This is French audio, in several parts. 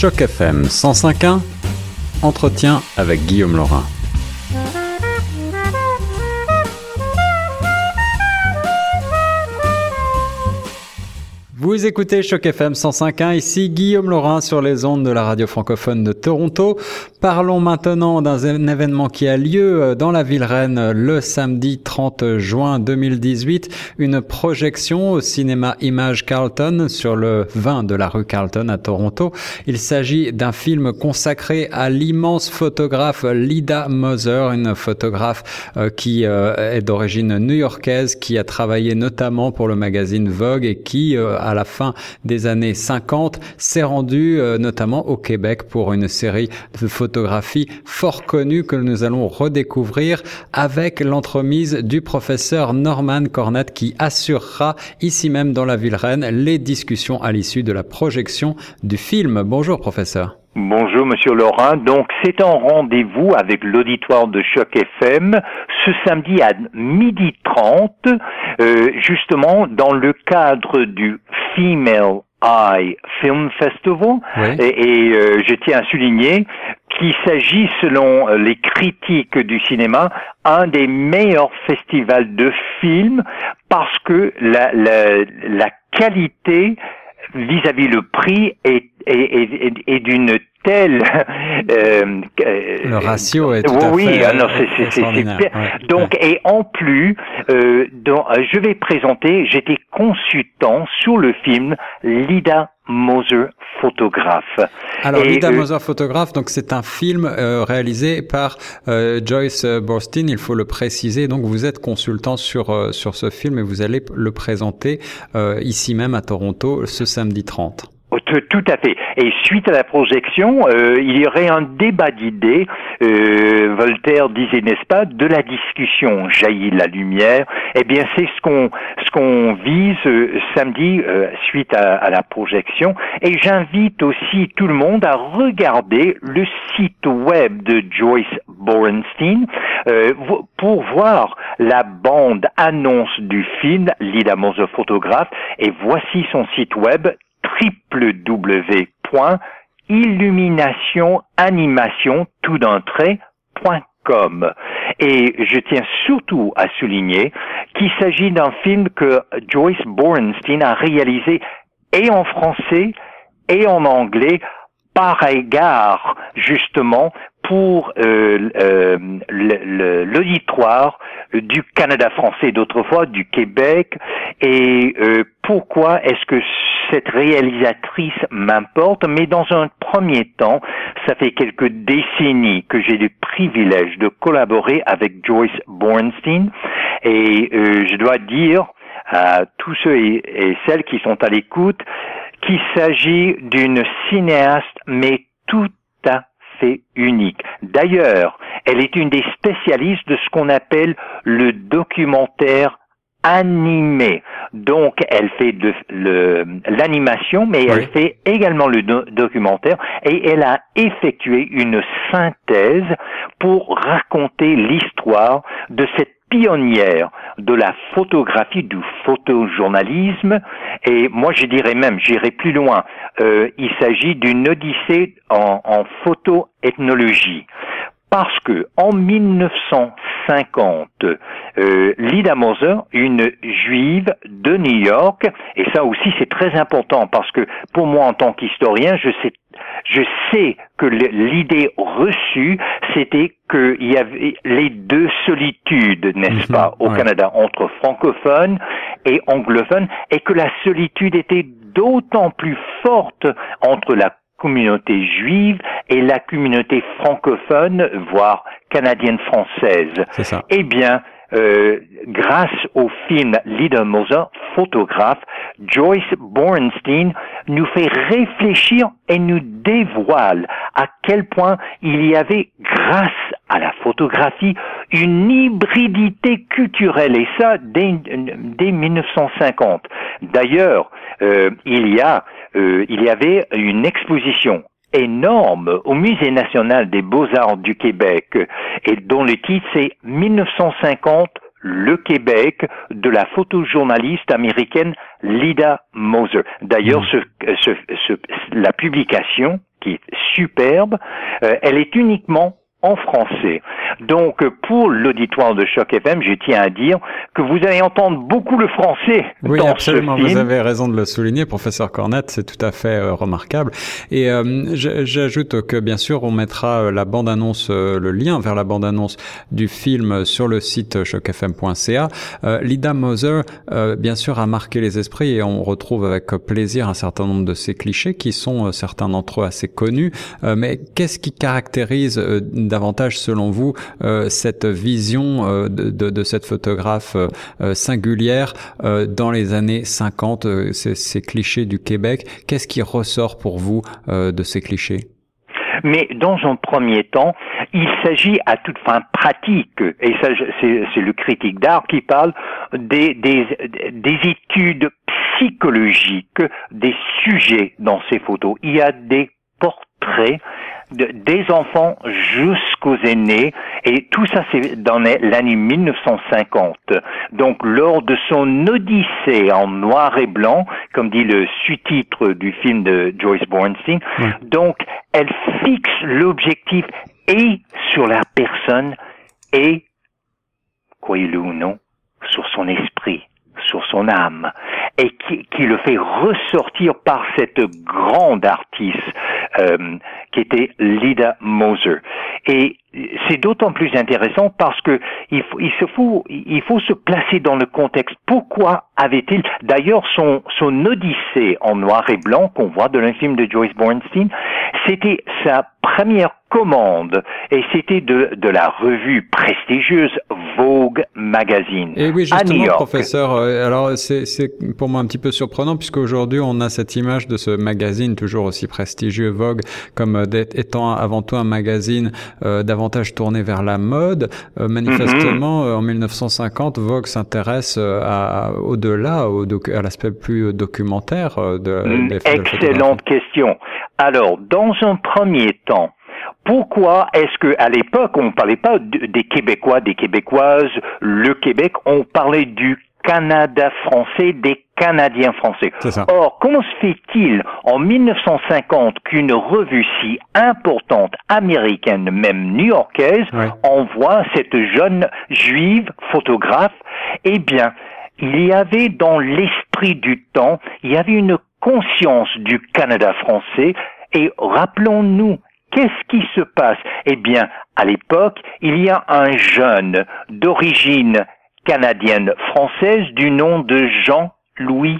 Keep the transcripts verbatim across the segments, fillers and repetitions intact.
Choc F M cent cinq point un, entretien avec Guillaume Laurin. Vous écoutez Choc F M cent cinq point un, ici Guillaume Laurin sur les ondes de la radio francophone de Toronto. Parlons maintenant d'un événement qui a lieu dans la ville reine le samedi trente juin deux mille dix-huit, une projection au cinéma Image Carlton sur le vingt de la rue Carlton à Toronto. Il s'agit d'un film consacré à l'immense photographe Lyda Moser, une photographe euh, qui euh, est d'origine new-yorkaise, qui a travaillé notamment pour le magazine Vogue et qui euh, a à la fin des années cinquante, s'est rendu euh, notamment au Québec pour une série de photographies fort connues que nous allons redécouvrir avec l'entremise du professeur Norman Cornette qui assurera ici même dans la ville reine les discussions à l'issue de la projection du film. Bonjour professeur. Bonjour Monsieur Laurin. Donc c'est un rendez-vous avec l'auditoire de Choc F M ce samedi à midi trente, euh, justement dans le cadre du Female Eye Film Festival. Oui. Et, et euh, je tiens à souligner qu'il s'agit, selon les critiques du cinéma, un des meilleurs festivals de films parce que la, la, la qualité vis-à-vis le prix est, est, est, est d'une telle euh, le ratio est tout à oui, fait alors c'est, c'est, c'est, c'est ouais, donc ouais. Et en plus euh, donc, je vais présenter, j'étais consultant sur le film Lyda Moser photographe. Alors et, Lyda euh, Moser photographe, donc c'est un film euh, réalisé par euh, Joyce Borstein, il faut le préciser. Donc vous êtes consultant sur euh, sur ce film et vous allez le présenter euh, ici même à Toronto ce samedi trente. Tout à fait. Et suite à la projection, euh, il y aurait un débat d'idées. Euh, Voltaire disait, n'est-ce pas, de la discussion jaillit la lumière. Eh bien, c'est ce qu'on ce qu'on vise euh, samedi euh, suite à, à la projection. Et j'invite aussi tout le monde à regarder le site web de Joyce Borenstein euh, pour voir la bande annonce du film Lyda Moser photographe. Et voici son site web w w w point illumination animation tout d'un trait point com. Et je tiens surtout à souligner qu'il s'agit d'un film que Joyce Borenstein a réalisé et en français et en anglais par égard justement pour euh, euh, l'auditoire du Canada français d'autrefois, du Québec. Et euh, pourquoi est-ce que cette réalisatrice m'importe? Mais dans un premier temps, ça fait quelques décennies que j'ai le privilège de collaborer avec Joyce Borenstein. Et euh, je dois dire à tous ceux et, et celles qui sont à l'écoute qu'il s'agit d'une cinéaste, mais tout à fait unique. D'ailleurs, elle est une des spécialistes de ce qu'on appelle le documentaire animé. Donc, elle fait de le, l'animation, mais oui. Elle fait également le do- documentaire et elle a effectué une synthèse pour raconter l'histoire de cette pionnière de la photographie, du photojournalisme, et moi je dirais même, j'irai plus loin, euh, il s'agit d'une odyssée en, en photoethnologie. Parce que en dix-neuf cent cinquante, euh, Lyda Moser, une juive de New York, et ça aussi c'est très important parce que pour moi en tant qu'historien, je sais, je sais que l'idée reçue, c'était qu'il y avait les deux solitudes, n'est-ce mmh, pas, au ouais. Canada, entre francophones et anglophones, et que la solitude était d'autant plus forte entre la communauté juive et la communauté francophone, voire canadienne-française. C'est ça. Eh bien, euh, grâce au film Lyda Moser, photographe, Joyce Borenstein nous fait réfléchir et nous dévoile à quel point il y avait, grâce à la photographie, une hybridité culturelle, et ça dès, dès dix-neuf cent cinquante. D'ailleurs, euh, il y a, euh, il y avait une exposition énorme au Musée national des beaux-arts du Québec et dont le titre c'est dix-neuf cent cinquante, le Québec de la photojournaliste américaine Lida Moser. D'ailleurs, ce, ce, ce, la publication, qui est superbe, euh, elle est uniquement en français. Donc, pour l'auditoire de Choc F M, je tiens à dire que vous allez entendre beaucoup le français oui, dans absolument, ce film. Vous avez raison de le souligner, professeur Cornette, c'est tout à fait euh, remarquable. Et euh, j'ajoute que, bien sûr, on mettra la bande-annonce, euh, le lien vers la bande-annonce du film sur le site choc f m point c a. Euh, Lida Moser, euh, bien sûr, a marqué les esprits et on retrouve avec plaisir un certain nombre de ces clichés qui sont, euh, certains d'entre eux, assez connus. Euh, mais qu'est-ce qui caractérise euh, davantage, selon vous, euh, cette vision euh, de, de, de cette photographe euh, singulière euh, dans les années cinquante, euh, ces, ces clichés du Québec? Qu'est-ce qui ressort pour vous euh, de ces clichés? Mais dans un premier temps, il s'agit à toute fin pratique, et ça, c'est, c'est le critique d'art qui parle des, des, des études psychologiques des sujets dans ces photos. Il y a des portraits de, des enfants jusqu'aux aînés, et tout ça c'est dans l'année mille neuf cent cinquante. Donc lors de son odyssée en noir et blanc, comme dit le sous-titre du film de Joyce Bornstein, mmh. donc elle fixe l'objectif et sur la personne et, croyez-le ou non, sur son esprit, sur son âme, et qui, qui le fait ressortir par cette grande artiste euh, qui était Lida Moser. Et c'est d'autant plus intéressant parce que il faut, il se faut, il faut se placer dans le contexte. Pourquoi avait-il, d'ailleurs, son, son odyssée en noir et blanc qu'on voit dans le film de Joyce Bornstein, c'était sa première commande et c'était de, de la revue prestigieuse Vogue Magazine. Et oui, justement, à New York. Professeur, alors c'est, c'est pour moi un petit peu surprenant puisqu'aujourd'hui on a cette image de ce magazine toujours aussi prestigieux, Vogue, comme étant avant tout un magazine euh, davantage tourné vers la mode. Euh, manifestement, mm-hmm. en mille neuf cent cinquante, Vogue s'intéresse à, à au-delà, au docu- à l'aspect plus documentaire de, mm, des Excellente question. Alors, dans un premier temps, pourquoi est-ce que à l'époque on ne parlait pas de, des Québécois, des Québécoises, le Québec, on parlait du Canada français, des Canadiens français. Or, comment se fait-il en mille neuf cent cinquante qu'une revue si importante américaine, même new-yorkaise, ouais. envoie cette jeune juive photographe? Eh bien, il y avait dans l'esprit du temps, il y avait une conscience du Canada français, et rappelons-nous, qu'est-ce qui se passe? Eh bien, à l'époque, il y a un jeune d'origine canadienne française du nom de Jean-Louis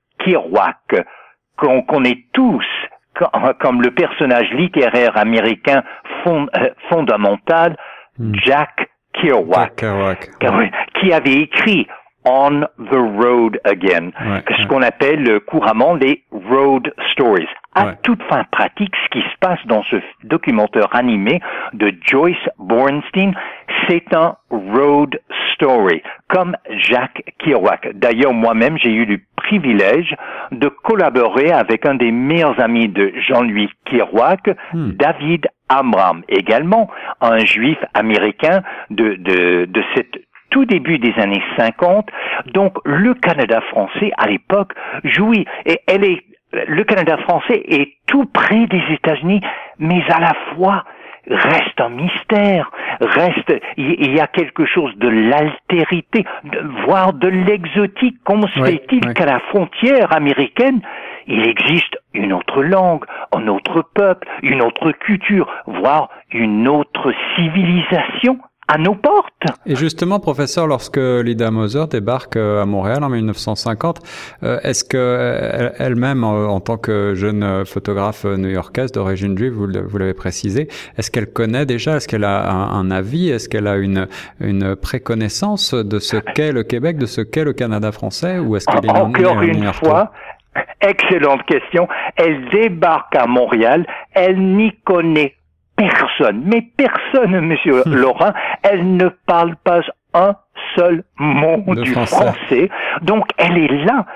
Kerouac, qu'on connaît tous comme le personnage littéraire américain fond, euh, fondamental, hmm. Jack Kerouac, Kerouac, Kerouac, qui avait écrit On the Road Again, ouais, ce ouais. qu'on appelle couramment les road stories. À ouais. toute fin pratique, ce qui se passe dans ce documentaire animé de Joyce Bornstein, c'est un road story, comme Jack Kerouac. D'ailleurs, moi-même, j'ai eu le privilège de collaborer avec un des meilleurs amis de Jean-Louis Kerouac, hmm. David Amram, également un juif américain de, de, de cette tout début des années cinquante. Donc, le Canada français, à l'époque, jouit, et elle est, le Canada français est tout près des États-Unis, mais à la fois reste un mystère, reste, il y a quelque chose de l'altérité, de, voire de l'exotique. Comment se oui, fait-il oui. qu'à la frontière américaine, il existe une autre langue, un autre peuple, une autre culture, voire une autre civilisation à nos portes? Et justement, professeur, lorsque Lida Moser débarque à Montréal en mille neuf cent cinquante, est-ce que elle-même, en tant que jeune photographe new-yorkaise d'origine juive, vous l'avez précisé, est-ce qu'elle connaît déjà, est-ce qu'elle a un, un avis, est-ce qu'elle a une, une préconnaissance de ce qu'est le Québec, de ce qu'est le Canada français, ou est-ce qu'elle est encore une fois? Excellente question. Elle débarque à Montréal, elle n'y connaît personne, mais personne, monsieur hum. Laurent, elle ne parle pas un seul mot de du français. français. Donc, elle est là.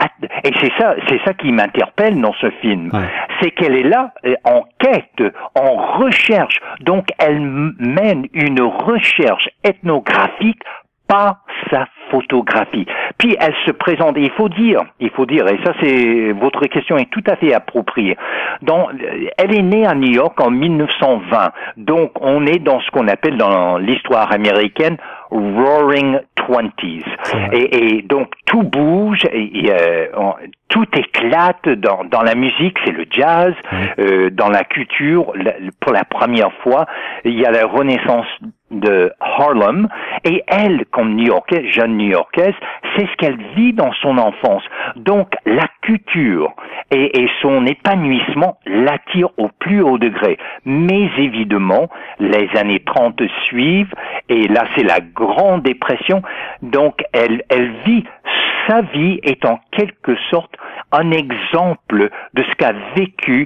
Et c'est ça, c'est ça qui m'interpelle dans ce film. Ouais. C'est qu'elle est là en quête, en recherche. Donc, elle mène une recherche ethnographique par sa photographie. Puis elle se présente, et il faut dire, il faut dire, et ça c'est, votre question est tout à fait appropriée. Dans, elle est née à New York en mille neuf cent vingt, donc on est dans ce qu'on appelle dans l'histoire américaine Roaring Twenties. Et, et donc tout bouge, et, et, euh, on, tout éclate dans, dans la musique, c'est le jazz, euh, dans la culture, la, pour la première fois, il y a la renaissance de Harlem, et elle, comme New-Yorkaise, jeune New-Yorkaise, c'est ce qu'elle vit dans son enfance. Donc, la culture et, et son épanouissement l'attirent au plus haut degré. Mais évidemment, les années trente suivent, et là, c'est la Grande Dépression, donc elle, elle vit, sa vie est en quelque sorte un exemple de ce qu'a vécu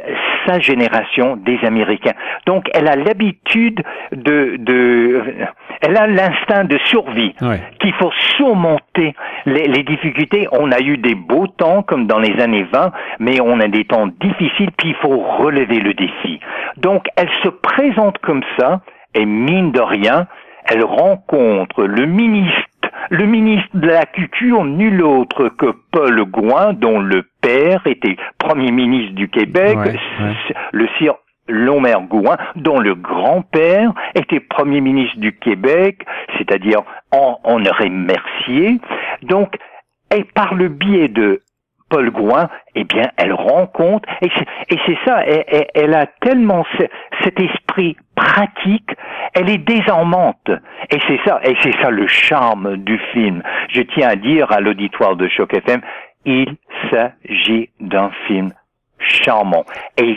sa génération des Américains. Donc, elle a l'habitude de, de, elle a l'instinct de survie, ouais. qu'il faut surmonter les, les difficultés. On a eu des beaux temps, comme dans les années vingt, mais on a des temps difficiles, puis il faut relever le défi. Donc, elle se présente comme ça, et mine de rien, elle rencontre le ministre Le ministre de la Culture, nul autre que Paul Gouin, dont le père était Premier ministre du Québec, ouais, ouais. le sire Lomer Gouin, dont le grand-père était Premier ministre du Québec, c'est-à-dire Honoré Mercier. Donc, et par le biais de Paul Gouin, eh bien, elle rencontre, et c'est, et c'est ça, elle, elle, elle a tellement ce, cet esprit pratique, elle est désarmante, et c'est ça, et c'est ça le charme du film. Je tiens à dire à l'auditoire de Choc F M, il s'agit d'un film charmant, et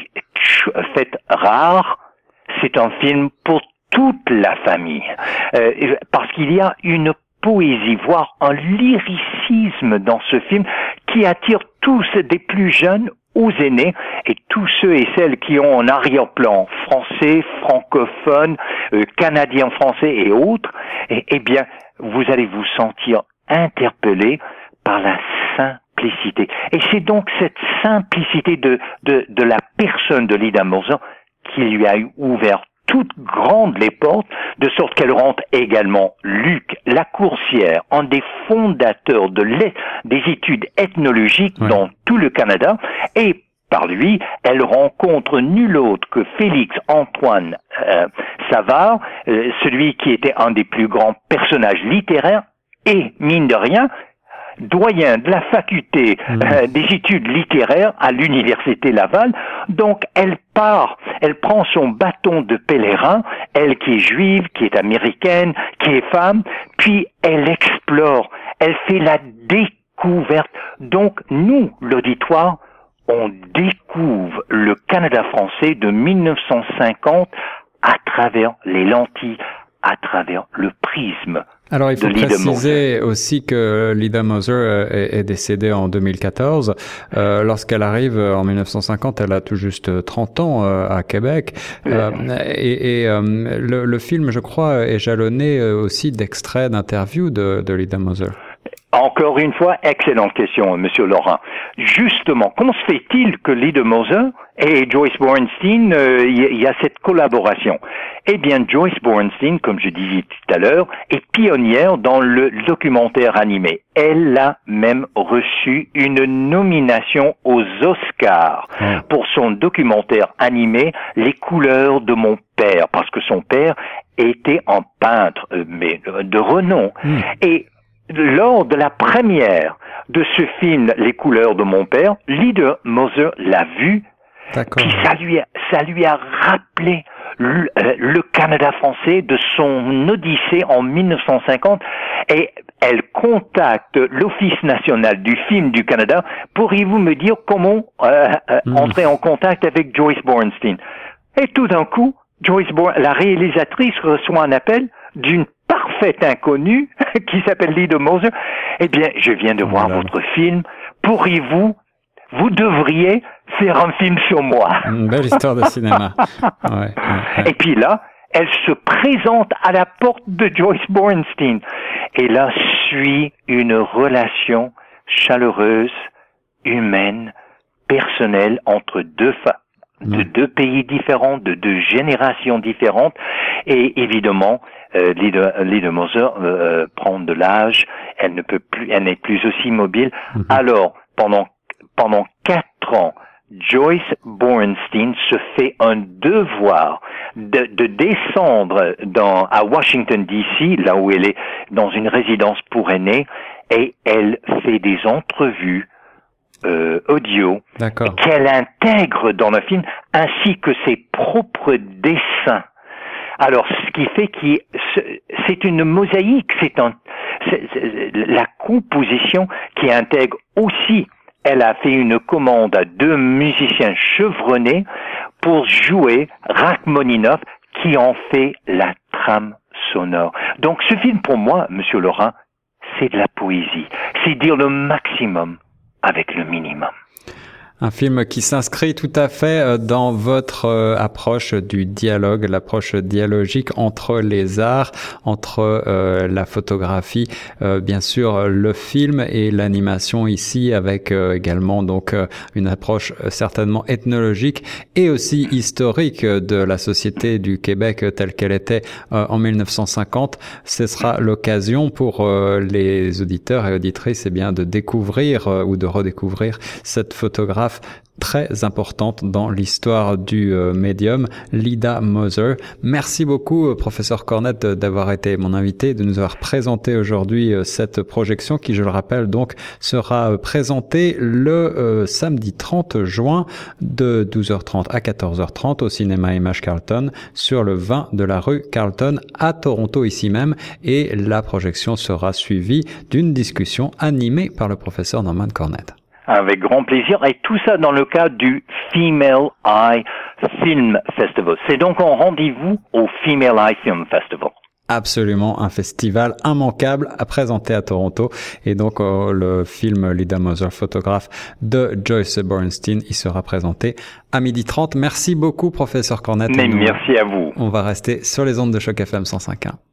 fait rare, c'est un film pour toute la famille, euh, parce qu'il y a une poésie, voire un lyricisme dans ce film qui attire tous, des plus jeunes aux aînés, et tous ceux et celles qui ont un arrière-plan français, francophone, euh, canadien français et autres, et, eh bien, vous allez vous sentir interpellé par la simplicité. Et c'est donc cette simplicité de, de, de la personne de Lida Moser qui lui a ouvert toutes grandes les portes, de sorte qu'elle rentre également Luc Lacourcière, un des fondateurs de des études ethnologiques ouais. dans tout le Canada, et par lui, elle rencontre nul autre que Félix Antoine euh, Savard, euh, celui qui était un des plus grands personnages littéraires, et, mine de rien, doyen de la faculté mmh. euh, des études littéraires à l'université Laval. Donc elle part, elle prend son bâton de pèlerin, elle qui est juive, qui est américaine, qui est femme, puis elle explore, elle fait la découverte. Donc nous, l'auditoire, on découvre le Canada français de mille neuf cent cinquante à travers les lentilles, à travers le prisme. Alors, il faut préciser aussi que Lida Moser est, est décédée en deux mille quatorze. Euh, lorsqu'elle arrive en mille neuf cent cinquante, elle a tout juste trente ans euh, à Québec. Euh, et et euh, le, le film, je crois, est jalonné aussi d'extraits d'interviews de, de Lida Moser. Encore une fois, excellente question, Monsieur Laurent. Justement, comment se fait-il que Lida Moser et Joyce Borenstein, il euh, y, y a cette collaboration? Eh bien, Joyce Borenstein, comme je disais tout à l'heure, est pionnière dans le documentaire animé. Elle a même reçu une nomination aux Oscars mmh. pour son documentaire animé Les couleurs de mon père, parce que son père était un peintre, euh, mais de renom. Mmh. Et lors de la première de ce film, Les couleurs de mon père, Lida Moser l'a vu, puis ça lui a, ça lui a rappelé le, le Canada français de son odyssée en mille neuf cent cinquante, et elle contacte l'Office national du film du Canada. Pourriez-vous me dire comment euh, euh, mmh. entrer en contact avec Joyce Borenstein? Et tout d'un coup, Joyce Bor- la réalisatrice reçoit un appel d'une parfaite inconnue qui s'appelle Lida Moser. Eh bien, je viens de oh voir là. votre film. Pourriez-vous, vous devriez faire un film sur moi. Une belle histoire de cinéma. Ouais, ouais, ouais. Et puis là, elle se présente à la porte de Joyce Borenstein. Et là suit une relation chaleureuse, humaine, personnelle entre deux femmes. de Ouais. deux pays différents, de deux générations différentes, et évidemment, euh, Lida, Lida Moser euh, prend de l'âge, elle ne peut plus, elle n'est plus aussi mobile. Mhm. Alors, pendant pendant quatre ans, Joyce Borenstein se fait un devoir de, de descendre dans, à Washington D C, là où elle est dans une résidence pour aînés, et elle fait des entrevues euh, audio D'accord. qu'elle intègre dans le film, ainsi que ses propres dessins. Alors, ce qui fait que c'est une mosaïque, c'est un, c'est, c'est, la composition qui intègre aussi. Elle a fait une commande à deux musiciens chevronnés pour jouer Rachmaninoff, qui en fait la trame sonore. Donc, ce film, pour moi, Monsieur Laurent, c'est de la poésie. C'est dire le maximum avec le minimum. Un film qui s'inscrit tout à fait dans votre euh, approche du dialogue, l'approche dialogique entre les arts, entre euh, la photographie, euh, bien sûr le film et l'animation ici, avec euh, également donc euh, une approche euh, certainement ethnologique et aussi historique de la société du Québec telle qu'elle était euh, en mille neuf cent cinquante. Ce sera l'occasion pour euh, les auditeurs et auditrices, eh bien, de découvrir euh, ou de redécouvrir cette photographe très importante dans l'histoire du euh, médium, Lida Moser. Merci beaucoup, euh, professeur Cornette, d'avoir été mon invité, de nous avoir présenté aujourd'hui euh, cette projection qui, je le rappelle, donc sera euh, présentée le euh, samedi trente juin de douze heures trente à quatorze heures trente au cinéma Image Carlton sur le vingt de la rue Carlton à Toronto ici même, et la projection sera suivie d'une discussion animée par le professeur Norman Cornette. Avec grand plaisir, et tout ça dans le cadre du Female Eye Film Festival. C'est donc un rendez-vous au Female Eye Film Festival. Absolument, un festival immanquable à présenter à Toronto, et donc euh, le film Lida Moser, photographe de Joyce Borenstein, il sera présenté à midi trente. Merci beaucoup, professeur Cornette. Mais merci à vous. On va rester sur les ondes de Choc F M cent cinq point un.